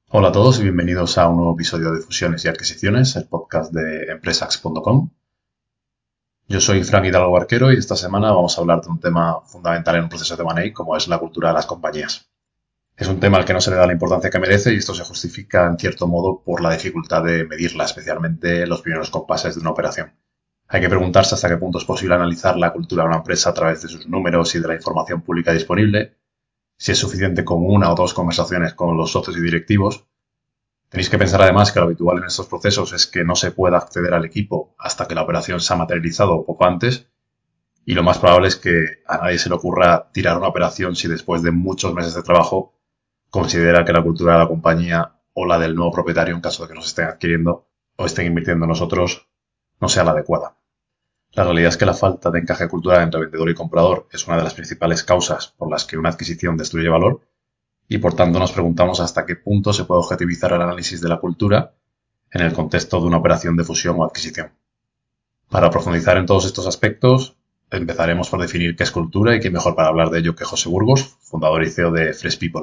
Hola a todos y bienvenidos a un nuevo episodio de Fusiones y Adquisiciones, el podcast de empresax.com. Yo soy Frank Hidalgo Arquero y esta semana vamos a hablar de un tema fundamental en un proceso de M&A como es la cultura de las compañías. Es un tema al que no se le da la importancia que merece y esto se justifica en cierto modo por la dificultad de medirla, especialmente en los primeros compases de una operación. Hay que preguntarse hasta qué punto es posible analizar la cultura de una empresa a través de sus números y de la información pública disponible, si es suficiente con una o dos conversaciones con los socios y directivos. Tenéis que pensar además que lo habitual en estos procesos es que no se pueda acceder al equipo hasta que la operación se ha materializado poco antes y lo más probable es que a nadie se le ocurra tirar una operación si después de muchos meses de trabajo considera que la cultura de la compañía o la del nuevo propietario en caso de que nos estén adquiriendo o estén invirtiendo en nosotros no sea la adecuada. La realidad es que la falta de encaje cultural entre vendedor y comprador es una de las principales causas por las que una adquisición destruye valor y por tanto nos preguntamos hasta qué punto se puede objetivizar el análisis de la cultura en el contexto de una operación de fusión o adquisición. Para profundizar en todos estos aspectos, empezaremos por definir qué es cultura y quién mejor para hablar de ello que José Burgos, fundador y CEO de Fresh People.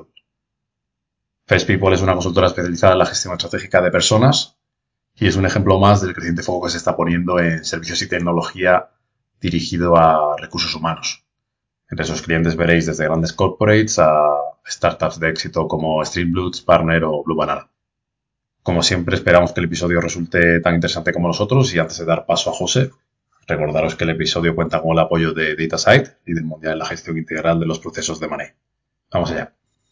Fresh People es una consultora especializada en la gestión estratégica de personas y es un ejemplo más del creciente foco que se está poniendo en servicios y tecnología dirigido a recursos humanos. Entre sus clientes veréis desde grandes corporates a startups de éxito como Streamloots, Partner o Blue Banana. Como siempre, esperamos que el episodio resulte tan interesante como nosotros y antes de dar paso a José, recordaros que el episodio cuenta con el apoyo de DataSite y del Mundial en la gestión integral de los procesos de Money. Vamos allá.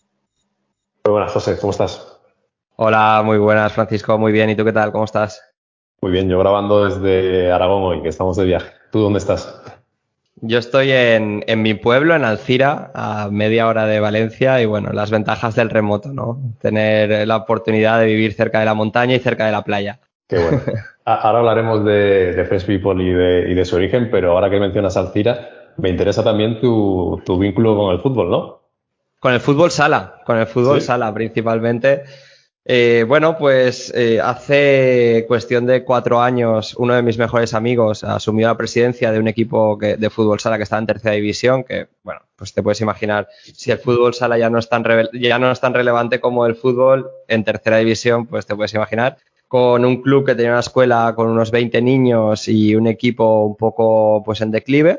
Muy buenas, José, ¿cómo estás? Hola, muy buenas, Francisco. Muy bien. ¿Y tú qué tal? ¿Cómo estás? Muy bien, yo grabando desde Aragón hoy, que estamos de viaje. ¿Tú dónde estás? Yo estoy en mi pueblo, en Alcira, a media hora de Valencia y bueno, las ventajas del remoto, ¿no? Tener la oportunidad de vivir cerca de la montaña y cerca de la playa. Qué bueno. Ahora hablaremos de Fresh People y de su origen, pero ahora que mencionas Alcira, me interesa también tu vínculo con el fútbol, ¿no? Con el fútbol Sí. sala principalmente. Bueno, pues hace cuestión de 4 años uno de mis mejores amigos asumió la presidencia de un equipo de fútbol sala que estaba en tercera división, que bueno, pues te puedes imaginar, si el fútbol sala ya no es tan relevante como el fútbol en tercera división, pues te puedes imaginar, con un club que tenía una escuela con unos 20 niños y un equipo un poco pues en declive.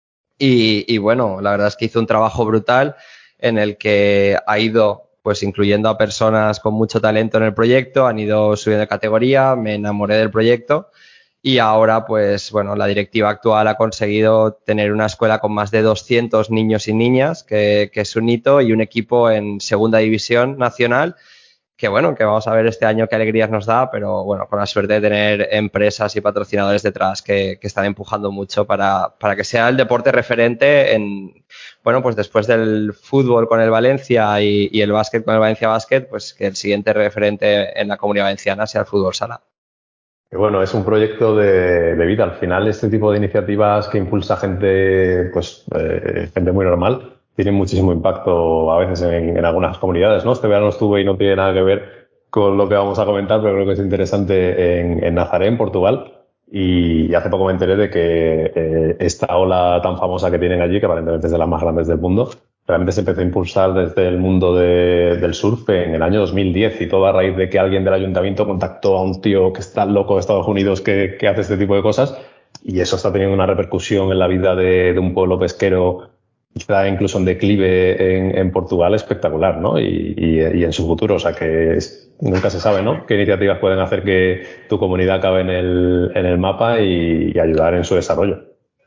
Y bueno, la verdad es que hizo un trabajo brutal en el que ha ido pues incluyendo a personas con mucho talento en el proyecto, han ido subiendo de categoría, me enamoré del proyecto y ahora pues bueno, la directiva actual ha conseguido tener una escuela con más de 200 niños y niñas, que es un hito, y un equipo en segunda división nacional que bueno, que vamos a ver este año qué alegrías nos da, pero bueno, con la suerte de tener empresas y patrocinadores detrás que están empujando mucho para que sea el deporte referente en, bueno, pues después del fútbol con el Valencia y el básquet con el Valencia Básquet, pues que el siguiente referente en la Comunidad Valenciana sea el fútbol sala. Que bueno, es un proyecto de vida. Al final, este tipo de iniciativas que impulsa gente, pues, gente muy normal, tienen muchísimo impacto a veces en algunas comunidades, ¿no? Este verano estuve y no tiene nada que ver con lo que vamos a comentar, pero creo que es interesante en Nazaré, en Portugal. Y hace poco me enteré de que esta ola tan famosa que tienen allí, que aparentemente es de las más grandes del mundo, realmente se empezó a impulsar desde el mundo del surf en el año 2010 y todo a raíz de que alguien del ayuntamiento contactó a un tío que está loco de Estados Unidos que hace este tipo de cosas y eso está teniendo una repercusión en la vida de un pueblo pesquero quizá incluso en declive en Portugal espectacular, ¿no? Y en su futuro, o sea que nunca se sabe, ¿no? Qué iniciativas pueden hacer que tu comunidad acabe en el mapa y ayudar en su desarrollo.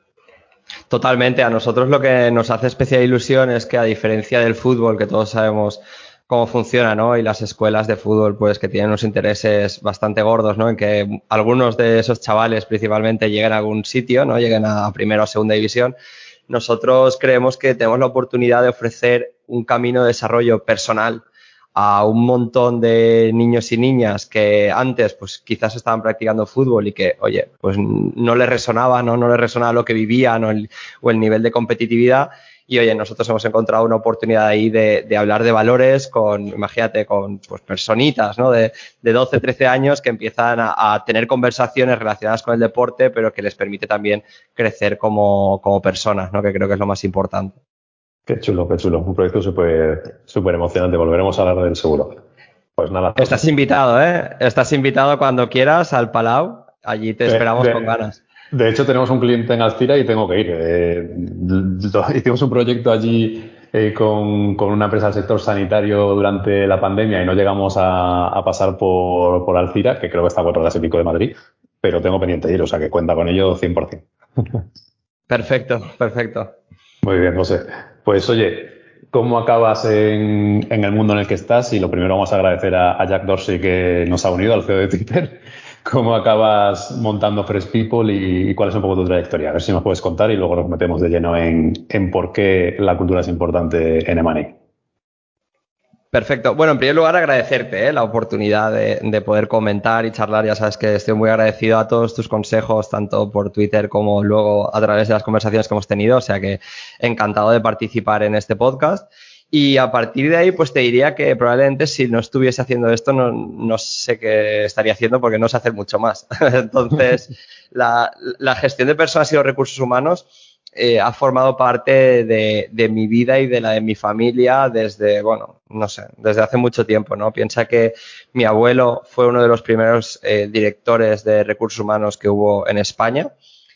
Totalmente, a nosotros lo que nos hace especial ilusión es que a diferencia del fútbol, que todos sabemos cómo funciona, ¿no? Y las escuelas de fútbol, pues que tienen unos intereses bastante gordos, ¿no? En que algunos de esos chavales principalmente lleguen a algún sitio, ¿no? Lleguen a primera o segunda división. Nosotros creemos que tenemos la oportunidad de ofrecer un camino de desarrollo personal a un montón de niños y niñas que antes pues quizás estaban practicando fútbol y que, oye, pues no les resonaba, no les resonaba lo que vivían o el nivel de competitividad. Y oye, nosotros hemos encontrado una oportunidad ahí de hablar de valores con, imagínate, con pues, personitas, ¿no? De 12, 13 años que empiezan a tener conversaciones relacionadas con el deporte, pero que les permite también crecer como personas, ¿no? Que creo que es lo más importante. Qué chulo, qué chulo. Un proyecto súper, súper emocionante. Volveremos a hablar de él seguro. Pues nada. Estás invitado, ¿eh? Estás invitado cuando quieras al Palau. Allí te esperamos con ganas. De hecho, tenemos un cliente en Alcira y tengo que ir. Hicimos un proyecto allí con una empresa del sector sanitario durante la pandemia y no llegamos a pasar por Alcira, que creo que está a 4 horas y pico de Madrid, pero tengo pendiente ir, o sea que cuenta con ello 100%. Perfecto, perfecto. Muy bien, José. Pues oye, ¿cómo acabas en el mundo en el que estás? Y lo primero vamos a agradecer a Jack Dorsey que nos ha unido, al CEO de Twitter. ¿Cómo acabas montando Fresh People y cuál es un poco tu trayectoria? A ver si nos puedes contar y luego nos metemos de lleno en por qué la cultura es importante en M&A. Perfecto. Bueno, en primer lugar, agradecerte la oportunidad de poder comentar y charlar. Ya sabes que estoy muy agradecido a todos tus consejos, tanto por Twitter como luego a través de las conversaciones que hemos tenido. O sea que encantado de participar en este podcast. Y a partir de ahí, pues te diría que probablemente si no estuviese haciendo esto, no sé qué estaría haciendo porque no sé hacer mucho más. Entonces, la gestión de personas y los recursos humanos ha formado parte de mi vida y de la de mi familia desde, bueno, no sé, desde hace mucho tiempo, ¿no? Piensa que mi abuelo fue uno de los primeros directores de recursos humanos que hubo en España.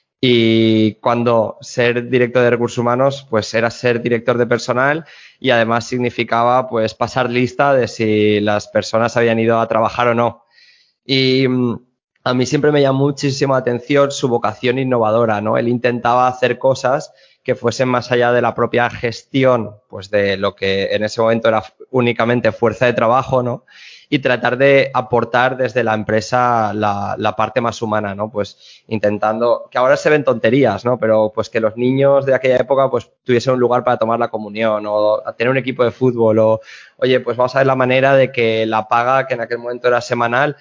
Y cuando ser director de recursos humanos, pues era ser director de personal y además significaba pues pasar lista de si las personas habían ido a trabajar o no. Y a mí siempre me llamó muchísimo la atención su vocación innovadora, ¿no? Él intentaba hacer cosas que fuesen más allá de la propia gestión, pues de lo que en ese momento era únicamente fuerza de trabajo, ¿no? Y tratar de aportar desde la empresa la parte más humana, ¿no? Pues intentando, que ahora se ven tonterías, ¿no? Pero pues que los niños de aquella época pues tuviesen un lugar para tomar la comunión o tener un equipo de fútbol o, oye, pues vamos a ver la manera de que la paga, que en aquel momento era semanal,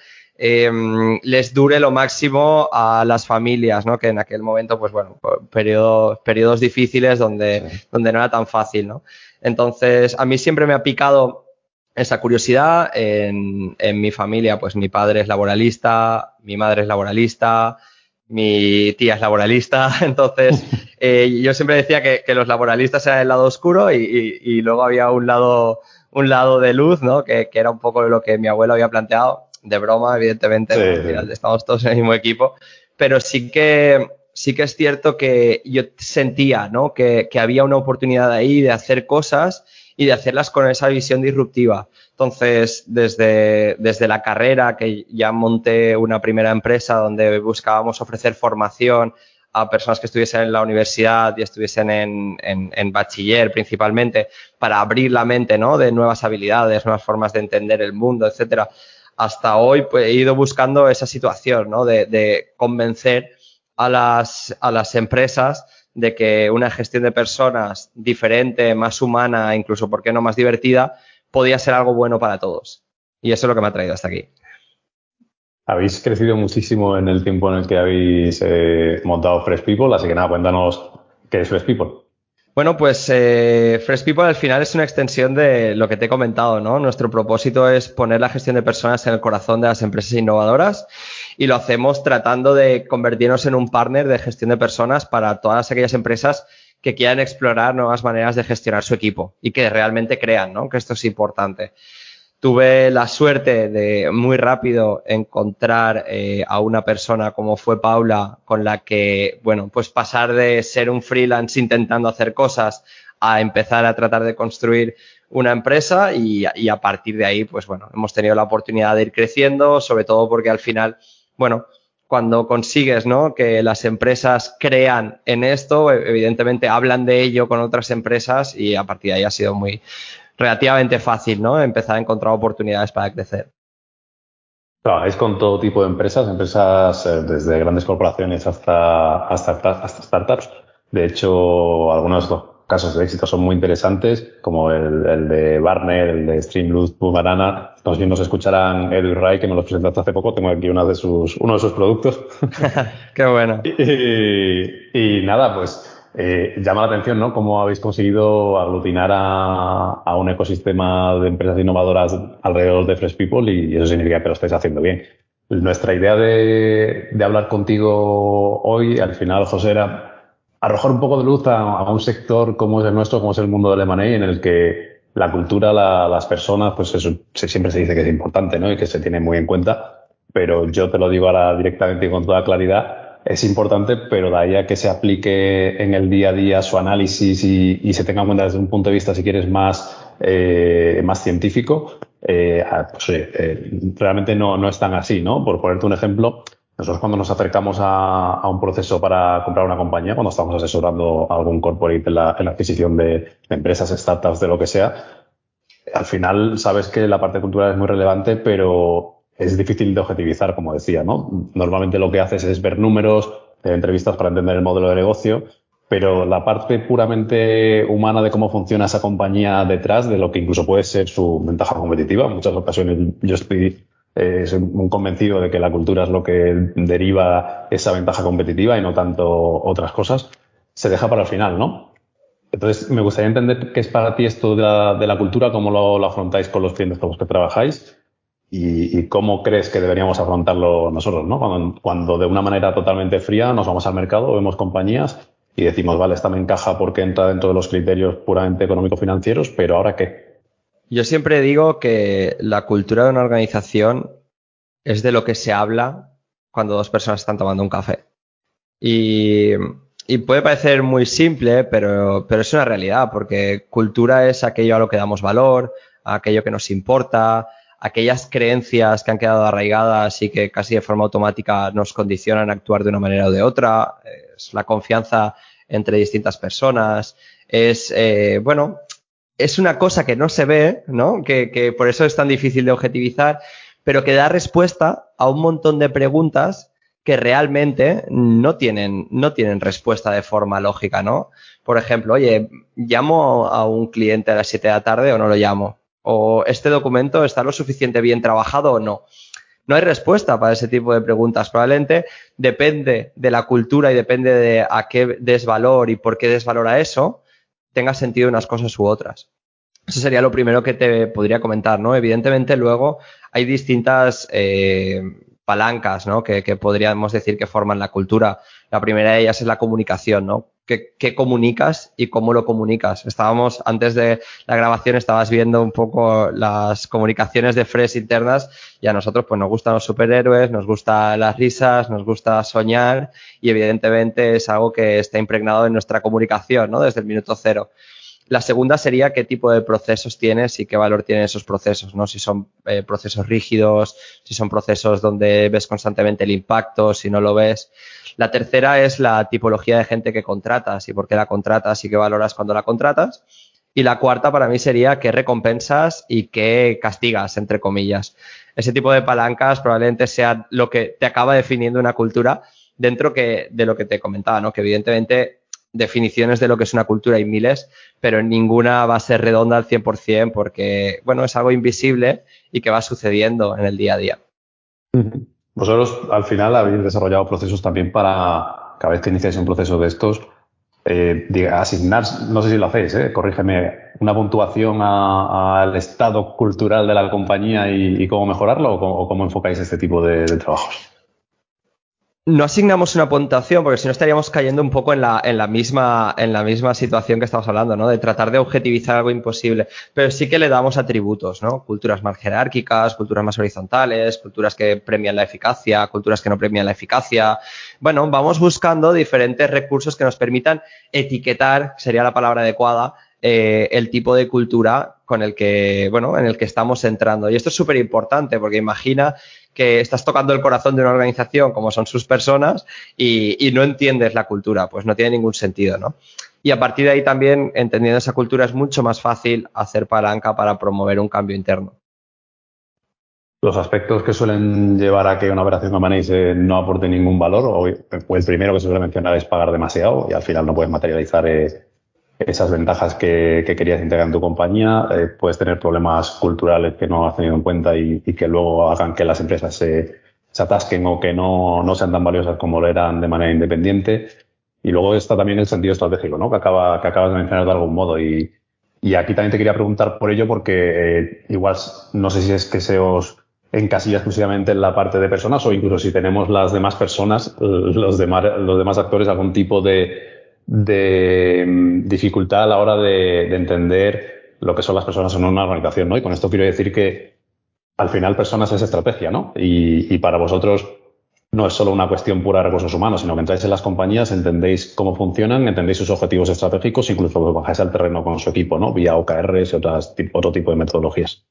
les dure lo máximo a las familias, ¿no? Que en aquel momento, pues bueno, periodos difíciles donde no era tan fácil, ¿no? Entonces, a mí siempre me ha picado esa curiosidad en mi familia, pues mi padre es laboralista, mi madre es laboralista, mi tía es laboralista, entonces yo siempre decía que los laboralistas eran el lado oscuro y luego había un lado de luz, ¿no? Que era un poco lo que mi abuelo había planteado, de broma, evidentemente, ¿no? Al final estamos todos en el mismo equipo, pero sí que es cierto que yo sentía, ¿no? Que había una oportunidad ahí de hacer cosas y de hacerlas con esa visión disruptiva. Entonces, desde la carrera, que ya monté una primera empresa donde buscábamos ofrecer formación a personas que estuviesen en la universidad y estuviesen en bachiller principalmente, para abrir la mente, ¿no? De nuevas habilidades, nuevas formas de entender el mundo, etcétera. Hasta hoy pues, he ido buscando esa situación, ¿no? De convencer a las empresas de que una gestión de personas diferente, más humana, incluso, ¿por qué no más divertida?, podía ser algo bueno para todos. Y eso es lo que me ha traído hasta aquí. Habéis crecido muchísimo en el tiempo en el que habéis montado Fresh People, así que nada, cuéntanos qué es Fresh People. Bueno, pues Fresh People al final es una extensión de lo que te he comentado, ¿no? Nuestro propósito es poner la gestión de personas en el corazón de las empresas innovadoras y lo hacemos tratando de convertirnos en un partner de gestión de personas para todas aquellas empresas que quieran explorar nuevas maneras de gestionar su equipo y que realmente crean, ¿no? Que esto es importante. Tuve la suerte de muy rápido encontrar a una persona como fue Paula, con la que, bueno, pues pasar de ser un freelance intentando hacer cosas a empezar a tratar de construir una empresa y a partir de ahí, pues bueno, hemos tenido la oportunidad de ir creciendo, sobre todo porque al final, bueno, cuando consigues, ¿no?, que las empresas crean en esto, evidentemente hablan de ello con otras empresas y a partir de ahí ha sido relativamente fácil, ¿no?, empezar a encontrar oportunidades para crecer. Trabajáis con todo tipo de empresas desde grandes corporaciones hasta startups. De hecho, algunos de los casos de éxito son muy interesantes, como el de Barner, el de Streamloops, Banana. No sé si nos escucharán Edu y Ray, que me los presentaste hace poco. Tengo aquí uno de sus productos. Qué bueno. Y nada, pues llama la atención, ¿no? Cómo habéis conseguido aglutinar a un ecosistema de empresas innovadoras alrededor de Fresh People y eso significa que lo estáis haciendo bien. Nuestra idea de hablar contigo hoy, al final, José, era arrojar un poco de luz a un sector como es el nuestro, como es el mundo del M&A, en el que la cultura, las personas, pues eso siempre se dice que es importante, ¿no? Y que se tiene muy en cuenta, pero yo te lo digo ahora directamente y con toda claridad, es importante, pero de ahí a que se aplique en el día a día su análisis y se tenga en cuenta desde un punto de vista, si quieres, más científico, realmente no es tan así, ¿no? Por ponerte un ejemplo, nosotros cuando nos acercamos a un proceso para comprar una compañía, cuando estamos asesorando a algún corporate en la adquisición de empresas, startups, de lo que sea, al final sabes que la parte cultural es muy relevante, pero es difícil de objetivizar, como decía, ¿no? Normalmente lo que haces es ver números, entrevistas para entender el modelo de negocio, pero la parte puramente humana de cómo funciona esa compañía detrás, de lo que incluso puede ser su ventaja competitiva. En muchas ocasiones yo soy muy convencido de que la cultura es lo que deriva esa ventaja competitiva y no tanto otras cosas. Se deja para el final, ¿no? Entonces, me gustaría entender qué es para ti esto de la cultura, cómo lo afrontáis con los clientes con los que trabajáis y cómo crees que deberíamos afrontarlo nosotros, ¿no? Cuando de una manera totalmente fría nos vamos al mercado, vemos compañías y decimos, vale, esta me encaja porque entra dentro de los criterios puramente económico-financieros, pero ¿ahora qué? Yo siempre digo que la cultura de una organización es de lo que se habla cuando dos personas están tomando un café. Y, y puede parecer muy simple, pero es una realidad, porque cultura es aquello a lo que damos valor, aquello que nos importa, aquellas creencias que han quedado arraigadas y que casi de forma automática nos condicionan a actuar de una manera o de otra. Es la confianza entre distintas personas. Es una cosa que no se ve, ¿no? Que por eso es tan difícil de objetivizar, pero que da respuesta a un montón de preguntas que realmente no tienen respuesta de forma lógica, ¿no? Por ejemplo, oye, ¿llamo a un cliente a las 7 de la tarde o no lo llamo? ¿O este documento está lo suficiente bien trabajado o no? No hay respuesta para ese tipo de preguntas. Probablemente depende de la cultura y depende de a qué des valor y por qué des valor a eso, tenga sentido unas cosas u otras. Eso sería lo primero que te podría comentar, ¿no? Evidentemente, luego hay distintas palancas, ¿no? Que podríamos decir que forman la cultura. La primera de ellas es la comunicación, ¿no? ¿Qué comunicas y cómo lo comunicas? Estábamos, antes de la grabación, estabas viendo un poco las comunicaciones de Fresh internas y a nosotros pues nos gustan los superhéroes, nos gustan las risas, nos gusta soñar y evidentemente es algo que está impregnado en nuestra comunicación, ¿no? Desde el minuto cero. La segunda sería qué tipo de procesos tienes y qué valor tienen esos procesos, ¿no? Si son procesos rígidos, si son procesos donde ves constantemente el impacto, si no lo ves. La tercera es la tipología de gente que contratas y por qué la contratas y qué valoras cuando la contratas. Y la cuarta para mí sería qué recompensas y qué castigas, entre comillas. Ese tipo de palancas probablemente sea lo que te acaba definiendo una cultura dentro de lo que te comentaba, ¿no? Que evidentemente definiciones de lo que es una cultura hay miles, pero ninguna va a ser redonda al 100% porque, bueno, es algo invisible y que va sucediendo en el día a día. Vosotros, al final, habéis desarrollado procesos también para, cada vez que iniciáis un proceso de estos, asignar, no sé si lo hacéis, corrígeme, una puntuación al estado cultural de la compañía y cómo mejorarlo o cómo enfocáis este tipo de trabajos. No asignamos una puntuación porque si no estaríamos cayendo un poco en la misma situación que estamos hablando, ¿no? De tratar de objetivizar algo imposible. Pero sí que le damos atributos, ¿no? Culturas más jerárquicas, culturas más horizontales, culturas que premian la eficacia, culturas que no premian la eficacia. Bueno, vamos buscando diferentes recursos que nos permitan etiquetar, sería la palabra adecuada, el tipo de cultura en el que estamos entrando. Y esto es súper importante porque imagina que estás tocando el corazón de una organización como son sus personas y no entiendes la cultura, pues no tiene ningún sentido, ¿no? Y a partir de ahí también, entendiendo esa cultura, es mucho más fácil hacer palanca para promover un cambio interno. Los aspectos que suelen llevar a que una operación como Manage no aporte ningún valor, o el primero que se suele mencionar es pagar demasiado y al final no puedes materializar esas ventajas que querías integrar en tu compañía, puedes tener problemas culturales que no has tenido en cuenta y que luego hagan que las empresas se atasquen o que no sean tan valiosas como lo eran de manera independiente. Y luego está también el sentido estratégico, ¿no? Que acabas de mencionar de algún modo. Y aquí también te quería preguntar por ello porque igual no sé si es que se os encasilla exclusivamente en la parte de personas o incluso si tenemos las demás personas, los demás actores, algún tipo de dificultad a la hora de entender lo que son las personas en una organización, ¿no? Y con esto quiero decir que al final personas es estrategia, ¿no? Y para vosotros no es solo una cuestión pura de recursos humanos, sino que entráis en las compañías, entendéis cómo funcionan, entendéis sus objetivos estratégicos, incluso bajáis al terreno con su equipo, ¿no? Vía OKRs y otro tipo de metodologías.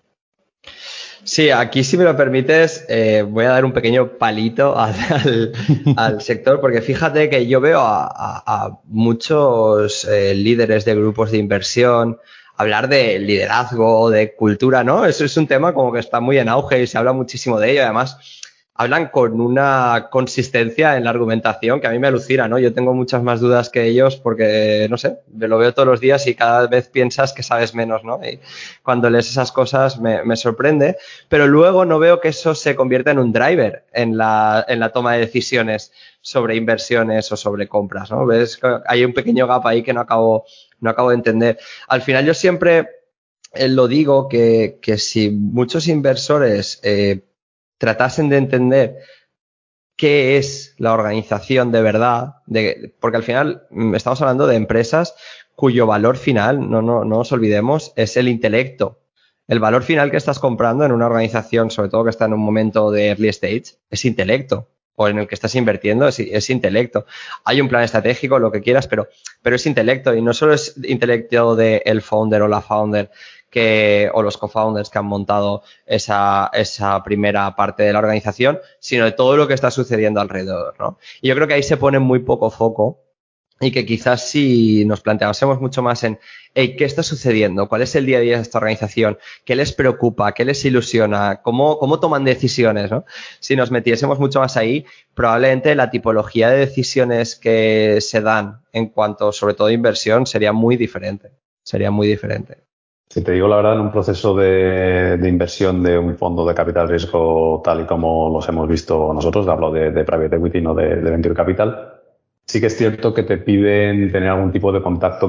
Sí, aquí si me lo permites, voy a dar un pequeño palito al sector, porque fíjate que yo veo a muchos líderes de grupos de inversión hablar de liderazgo, de cultura, ¿no? Eso es un tema como que está muy en auge y se habla muchísimo de ello. Además, hablan con una consistencia en la argumentación que a mí me alucina, ¿no? Yo tengo muchas más dudas que ellos porque, no sé, lo veo todos los días y cada vez piensas que sabes menos, ¿no? Y cuando lees esas cosas me sorprende, pero luego no veo que eso se convierta en un driver en la toma de decisiones sobre inversiones o sobre compras, ¿no? Ves que hay un pequeño gap ahí que no acabo de entender. Al final yo siempre lo digo que si muchos inversores tratasen de entender qué es la organización de verdad, porque al final estamos hablando de empresas cuyo valor final, no nos olvidemos, es el intelecto. El valor final que estás comprando en una organización, sobre todo que está en un momento de early stage, es intelecto. O en el que estás invirtiendo es intelecto. Hay un plan estratégico, lo que quieras, pero es intelecto. Y no solo es intelecto del founder o la founder o los co-founders que han montado esa primera parte de la organización, sino de todo lo que está sucediendo alrededor, ¿no? Y yo creo que ahí se pone muy poco foco y que quizás si nos planteásemos mucho más en hey, ¿qué está sucediendo? ¿Cuál es el día a día de esta organización? ¿Qué les preocupa? ¿Qué les ilusiona? ¿Cómo toman decisiones, ¿no? Si nos metiésemos mucho más ahí, probablemente la tipología de decisiones que se dan en cuanto, sobre todo, inversión, sería muy diferente. Sería muy diferente. Si te digo la verdad, en un proceso de inversión de un fondo de capital riesgo tal y como los hemos visto nosotros, hablo de private equity, no de venture capital, sí que es cierto que te piden tener algún tipo de contacto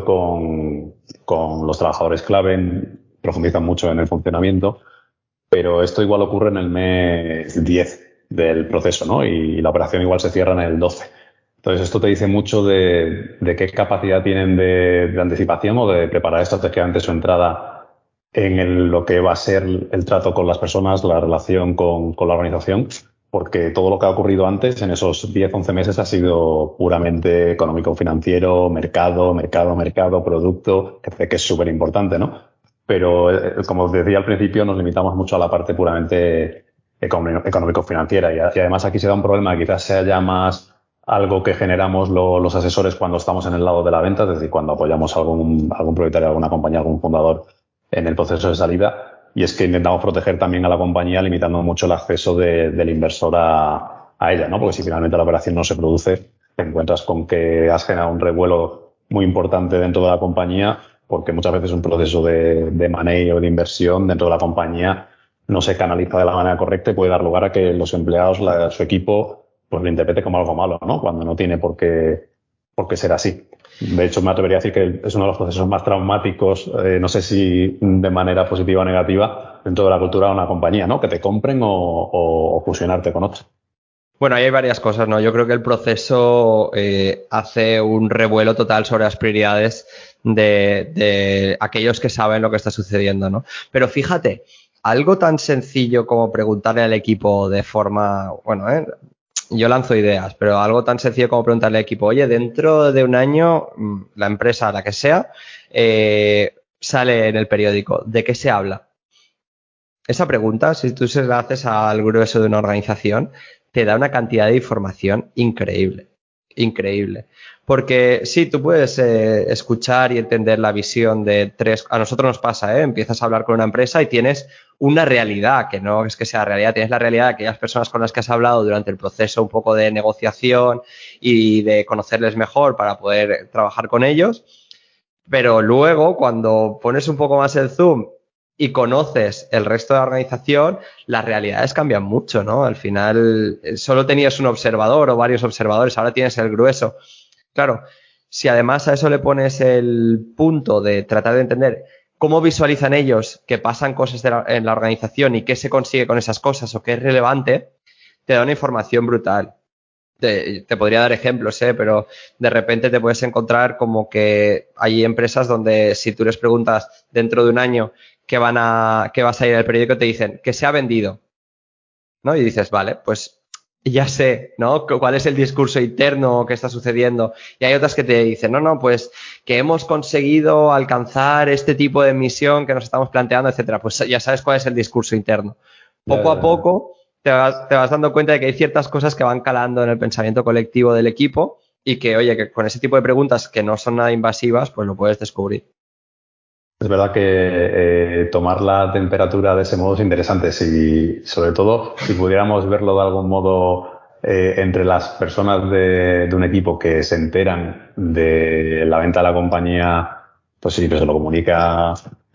con los trabajadores clave, profundizan mucho en el funcionamiento, pero esto igual ocurre en el mes 10 del proceso, ¿no? Y la operación igual se cierra en el 12. Entonces, esto te dice mucho de qué capacidad tienen de anticipación o de preparar estratégicamente su entrada en lo que va a ser el trato con las personas, la relación con la organización, porque todo lo que ha ocurrido antes, en esos 10-11 meses, ha sido puramente económico-financiero, mercado, producto, que es súper importante, ¿no? Pero, como os decía al principio, nos limitamos mucho a la parte puramente económico-financiera y además aquí se da un problema que quizás sea ya más algo que generamos los asesores cuando estamos en el lado de la venta, es decir, cuando apoyamos a algún propietario, alguna compañía, algún fundador en el proceso de salida, y es que intentamos proteger también a la compañía limitando mucho el acceso del inversor a ella, ¿no? Porque si finalmente la operación no se produce, te encuentras con que has generado un revuelo muy importante dentro de la compañía, porque muchas veces un proceso de manejo o de inversión dentro de la compañía no se canaliza de la manera correcta y puede dar lugar a que los empleados, su equipo, pues lo interprete como algo malo, ¿no? Cuando no tiene por qué ser así. De hecho, me atrevería a decir que es uno de los procesos más traumáticos, no sé si de manera positiva o negativa, dentro de la cultura de una compañía, ¿no? Que te compren o fusionarte con otra. Bueno, ahí hay varias cosas, ¿no? Yo creo que el proceso hace un revuelo total sobre las prioridades de aquellos que saben lo que está sucediendo, ¿no? Pero fíjate, algo tan sencillo como preguntarle al equipo de forma, bueno, yo lanzo ideas, pero algo tan sencillo como preguntarle al equipo, oye, dentro de un año, la empresa, la que sea, sale en el periódico, ¿de qué se habla? Esa pregunta, si tú se la haces al grueso de una organización, te da una cantidad de información increíble. Increíble. Porque sí, tú puedes escuchar y entender la visión de tres. A nosotros nos pasa, empiezas a hablar con una empresa y tienes una realidad, que no es que sea realidad, tienes la realidad de aquellas personas con las que has hablado durante el proceso un poco de negociación y de conocerles mejor para poder trabajar con ellos. Pero luego, cuando pones un poco más el zoom y conoces el resto de la organización, las realidades cambian mucho, ¿no? Al final, solo tenías un observador o varios observadores, ahora tienes el grueso. Claro, si además a eso le pones el punto de tratar de entender cómo visualizan ellos que pasan cosas en la organización y qué se consigue con esas cosas o qué es relevante, te da una información brutal. te podría dar ejemplos, pero de repente te puedes encontrar como que hay empresas donde si tú les preguntas dentro de un año qué va a salir del periódico, te dicen que se ha vendido, ¿no? Y dices, vale, pues ya sé, ¿no? ¿Cuál es el discurso interno que está sucediendo? Y hay otras que te dicen, no, pues que hemos conseguido alcanzar este tipo de misión que nos estamos planteando, etcétera. Pues ya sabes cuál es el discurso interno. Poco a poco te vas dando cuenta de que hay ciertas cosas que van calando en el pensamiento colectivo del equipo y que, oye, que con ese tipo de preguntas que no son nada invasivas, pues lo puedes descubrir. Es verdad que tomar la temperatura de ese modo es interesante. Sobre todo, si pudiéramos verlo de algún modo entre las personas de un equipo que se enteran de la venta de la compañía, pues sí, pues se lo comunica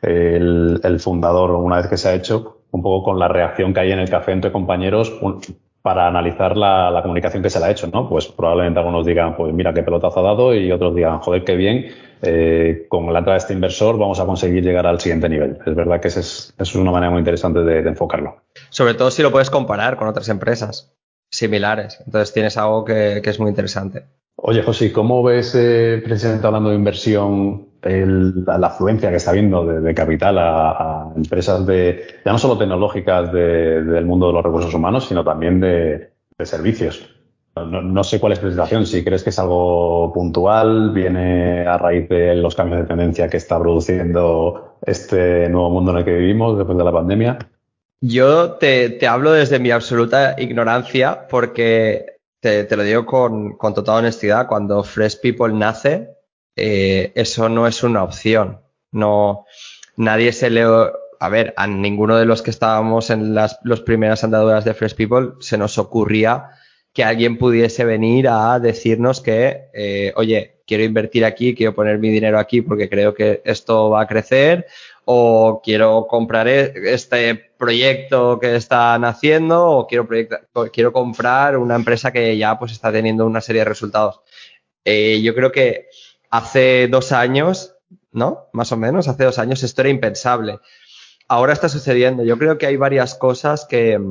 el fundador una vez que se ha hecho, un poco con la reacción que hay en el café entre compañeros para analizar la comunicación que se le ha hecho, ¿no? Pues probablemente algunos digan, pues mira qué pelotazo ha dado, y otros digan, joder, qué bien. Con la entrada de este inversor vamos a conseguir llegar al siguiente nivel. Es verdad que es una manera muy interesante de enfocarlo. Sobre todo si lo puedes comparar con otras empresas similares. Entonces tienes algo que es muy interesante. Oye, José, ¿cómo ves, precisamente hablando de inversión, la afluencia que está habiendo de capital a empresas ya no solo tecnológicas del mundo de los recursos humanos, sino también de servicios? No sé cuál es tu situación, si crees que es algo puntual, viene a raíz de los cambios de tendencia que está produciendo este nuevo mundo en el que vivimos después de la pandemia. Yo te hablo desde mi absoluta ignorancia porque te lo digo con total honestidad, cuando Fresh People nace, eso no es una opción. No, nadie se le... A ver, a ninguno de los que estábamos en las primeras andaduras de Fresh People se nos ocurría que alguien pudiese venir a decirnos que, oye, quiero invertir aquí, quiero poner mi dinero aquí porque creo que esto va a crecer, o quiero comprar este proyecto que están haciendo, o quiero comprar una empresa que ya pues está teniendo una serie de resultados. Yo creo que hace 2 años, ¿no? Más o menos, hace 2 años esto era impensable. Ahora está sucediendo. Yo creo que hay varias cosas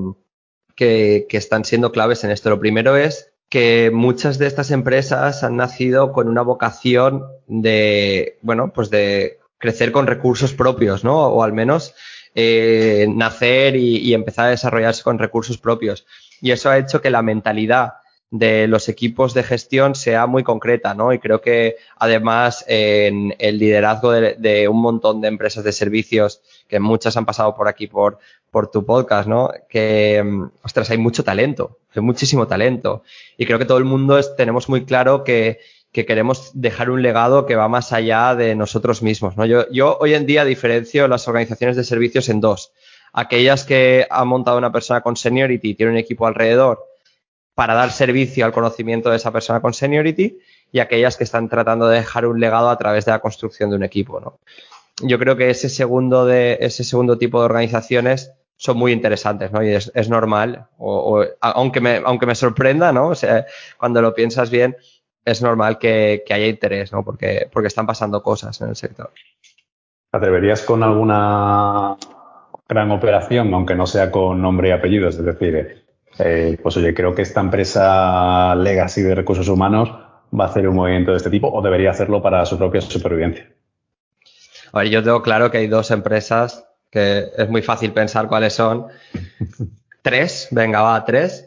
que están siendo claves en esto. Lo primero es que muchas de estas empresas han nacido con una vocación de, bueno, pues de crecer con recursos propios, ¿no? O al menos nacer y empezar a desarrollarse con recursos propios. Y eso ha hecho que la mentalidad de los equipos de gestión sea muy concreta, ¿no? Y creo que además en el liderazgo de un montón de empresas de servicios, que muchas han pasado por aquí por tu podcast, ¿no? Que, ostras, hay mucho talento, hay muchísimo talento. Y creo que todo el mundo tenemos muy claro que queremos dejar un legado que va más allá de nosotros mismos, ¿no? Yo hoy en día diferencio las organizaciones de servicios en dos. Aquellas que ha montado una persona con seniority y tiene un equipo alrededor para dar servicio al conocimiento de esa persona con seniority, y aquellas que están tratando de dejar un legado a través de la construcción de un equipo, ¿no? Yo creo que ese segundo tipo de organizaciones son muy interesantes, ¿no? Y es normal, aunque me sorprenda, ¿no? O sea, cuando lo piensas bien, es normal que haya interés, ¿no? Porque están pasando cosas en el sector. ¿Te atreverías con alguna gran operación, aunque no sea con nombre y apellidos? Es decir, pues oye, creo que esta empresa legacy de recursos humanos va a hacer un movimiento de este tipo, o debería hacerlo para su propia supervivencia. A ver, yo tengo claro que hay 2 empresas que es muy fácil pensar cuáles son. 3, venga, va, 3,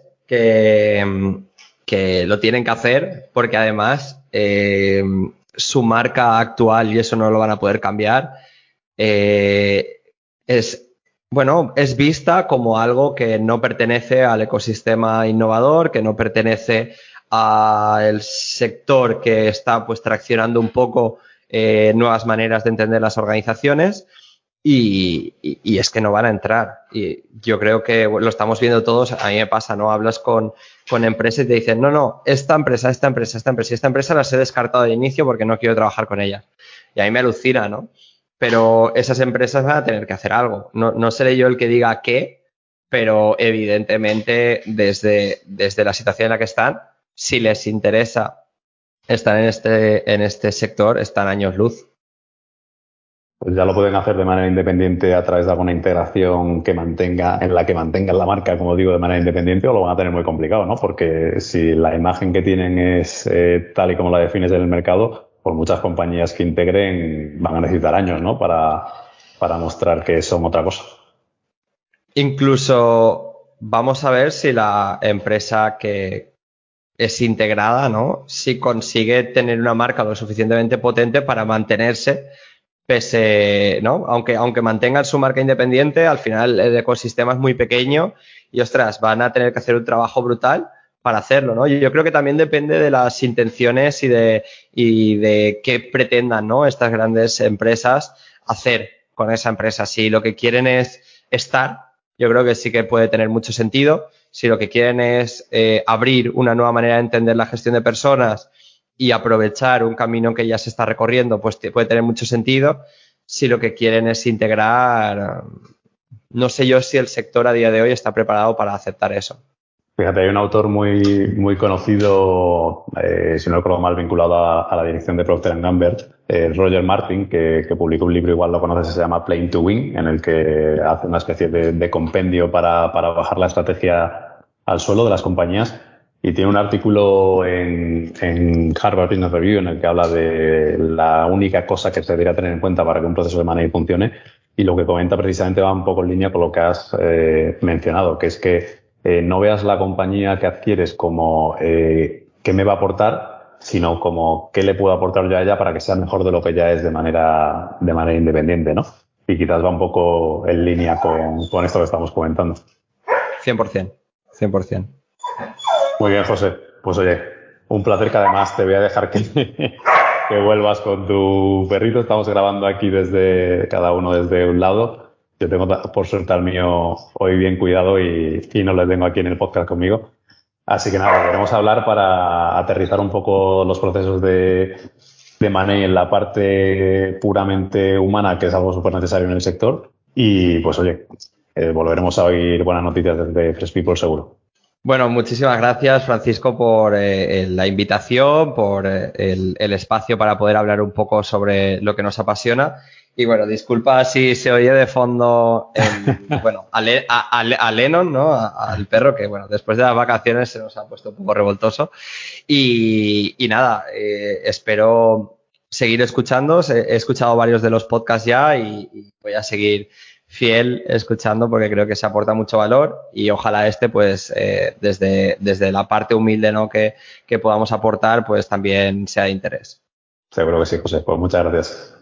que lo tienen que hacer porque además su marca actual, y eso no lo van a poder cambiar, es vista como algo que no pertenece al ecosistema innovador, que no pertenece al sector que está pues traccionando un poco nuevas maneras de entender las organizaciones. Y es que no van a entrar. Y yo creo que lo estamos viendo todos. A mí me pasa, ¿no? Hablas con empresas y te dicen, no, esta empresa y esta empresa las he descartado de inicio porque no quiero trabajar con ellas. Y a mí me alucina, ¿no? Pero esas empresas van a tener que hacer algo. No seré yo el que diga qué, pero evidentemente desde la situación en la que están, si les interesa estar en este sector, están años luz. pues ya lo pueden hacer de manera independiente a través de alguna integración en la que mantengan la marca, como digo, de manera independiente, o lo van a tener muy complicado, ¿no? Porque si la imagen que tienen es tal y como la defines en el mercado, pues muchas compañías que integren van a necesitar años, ¿no? Para mostrar que son otra cosa. Incluso vamos a ver si la empresa que es integrada, ¿no? Si consigue tener una marca lo suficientemente potente para mantenerse pese, ¿no? Aunque mantengan su marca independiente, al final el ecosistema es muy pequeño y, ostras, van a tener que hacer un trabajo brutal para hacerlo, ¿no? Yo creo que también depende de las intenciones y de qué pretendan, ¿no? Estas grandes empresas hacer con esa empresa. Si lo que quieren es estar, yo creo que sí que puede tener mucho sentido. Si lo que quieren es abrir una nueva manera de entender la gestión de personas y aprovechar un camino que ya se está recorriendo, pues puede tener mucho sentido. Si lo que quieren es integrar, no sé yo si el sector a día de hoy está preparado para aceptar eso. Fíjate, hay un autor muy conocido, si no recuerdo mal, vinculado a la dirección de Procter & Gamble, Roger Martin, que publicó un libro, igual lo conoces, se llama Playing to Win, en el que hace una especie de compendio para bajar la estrategia al suelo de las compañías. Y tiene un artículo en Harvard Business Review en el que habla de la única cosa que se debería tener en cuenta para que un proceso de M&A funcione. Y lo que comenta precisamente va un poco en línea con lo que has mencionado, que es que no veas la compañía que adquieres como qué me va a aportar, sino como qué le puedo aportar yo a ella para que sea mejor de lo que ya es de manera independiente, ¿no? Y quizás va un poco en línea con esto que estamos comentando. 100%, 100%. Muy bien, José. Pues oye, un placer, que además te voy a dejar que vuelvas con tu perrito. Estamos grabando aquí cada uno desde un lado. Yo tengo, por suerte, al mío hoy bien cuidado y no le tengo aquí en el podcast conmigo. Así que nada, queremos hablar para aterrizar un poco los procesos de M&A en la parte puramente humana, que es algo súper necesario en el sector. Y pues oye, volveremos a oír buenas noticias desde Fresh People seguro. Bueno, muchísimas gracias, Francisco, por la invitación, por el espacio para poder hablar un poco sobre lo que nos apasiona. Y bueno, disculpa si se oye de fondo a Lennon, ¿no? Al perro, que bueno, después de las vacaciones se nos ha puesto un poco revoltoso. Y nada, espero seguir escuchando. He escuchado varios de los podcasts ya y voy a seguir fiel escuchando porque creo que se aporta mucho valor y ojalá pues desde la parte humilde, ¿no? que podamos aportar, pues también sea de interés. Seguro que sí, José. Pues muchas gracias.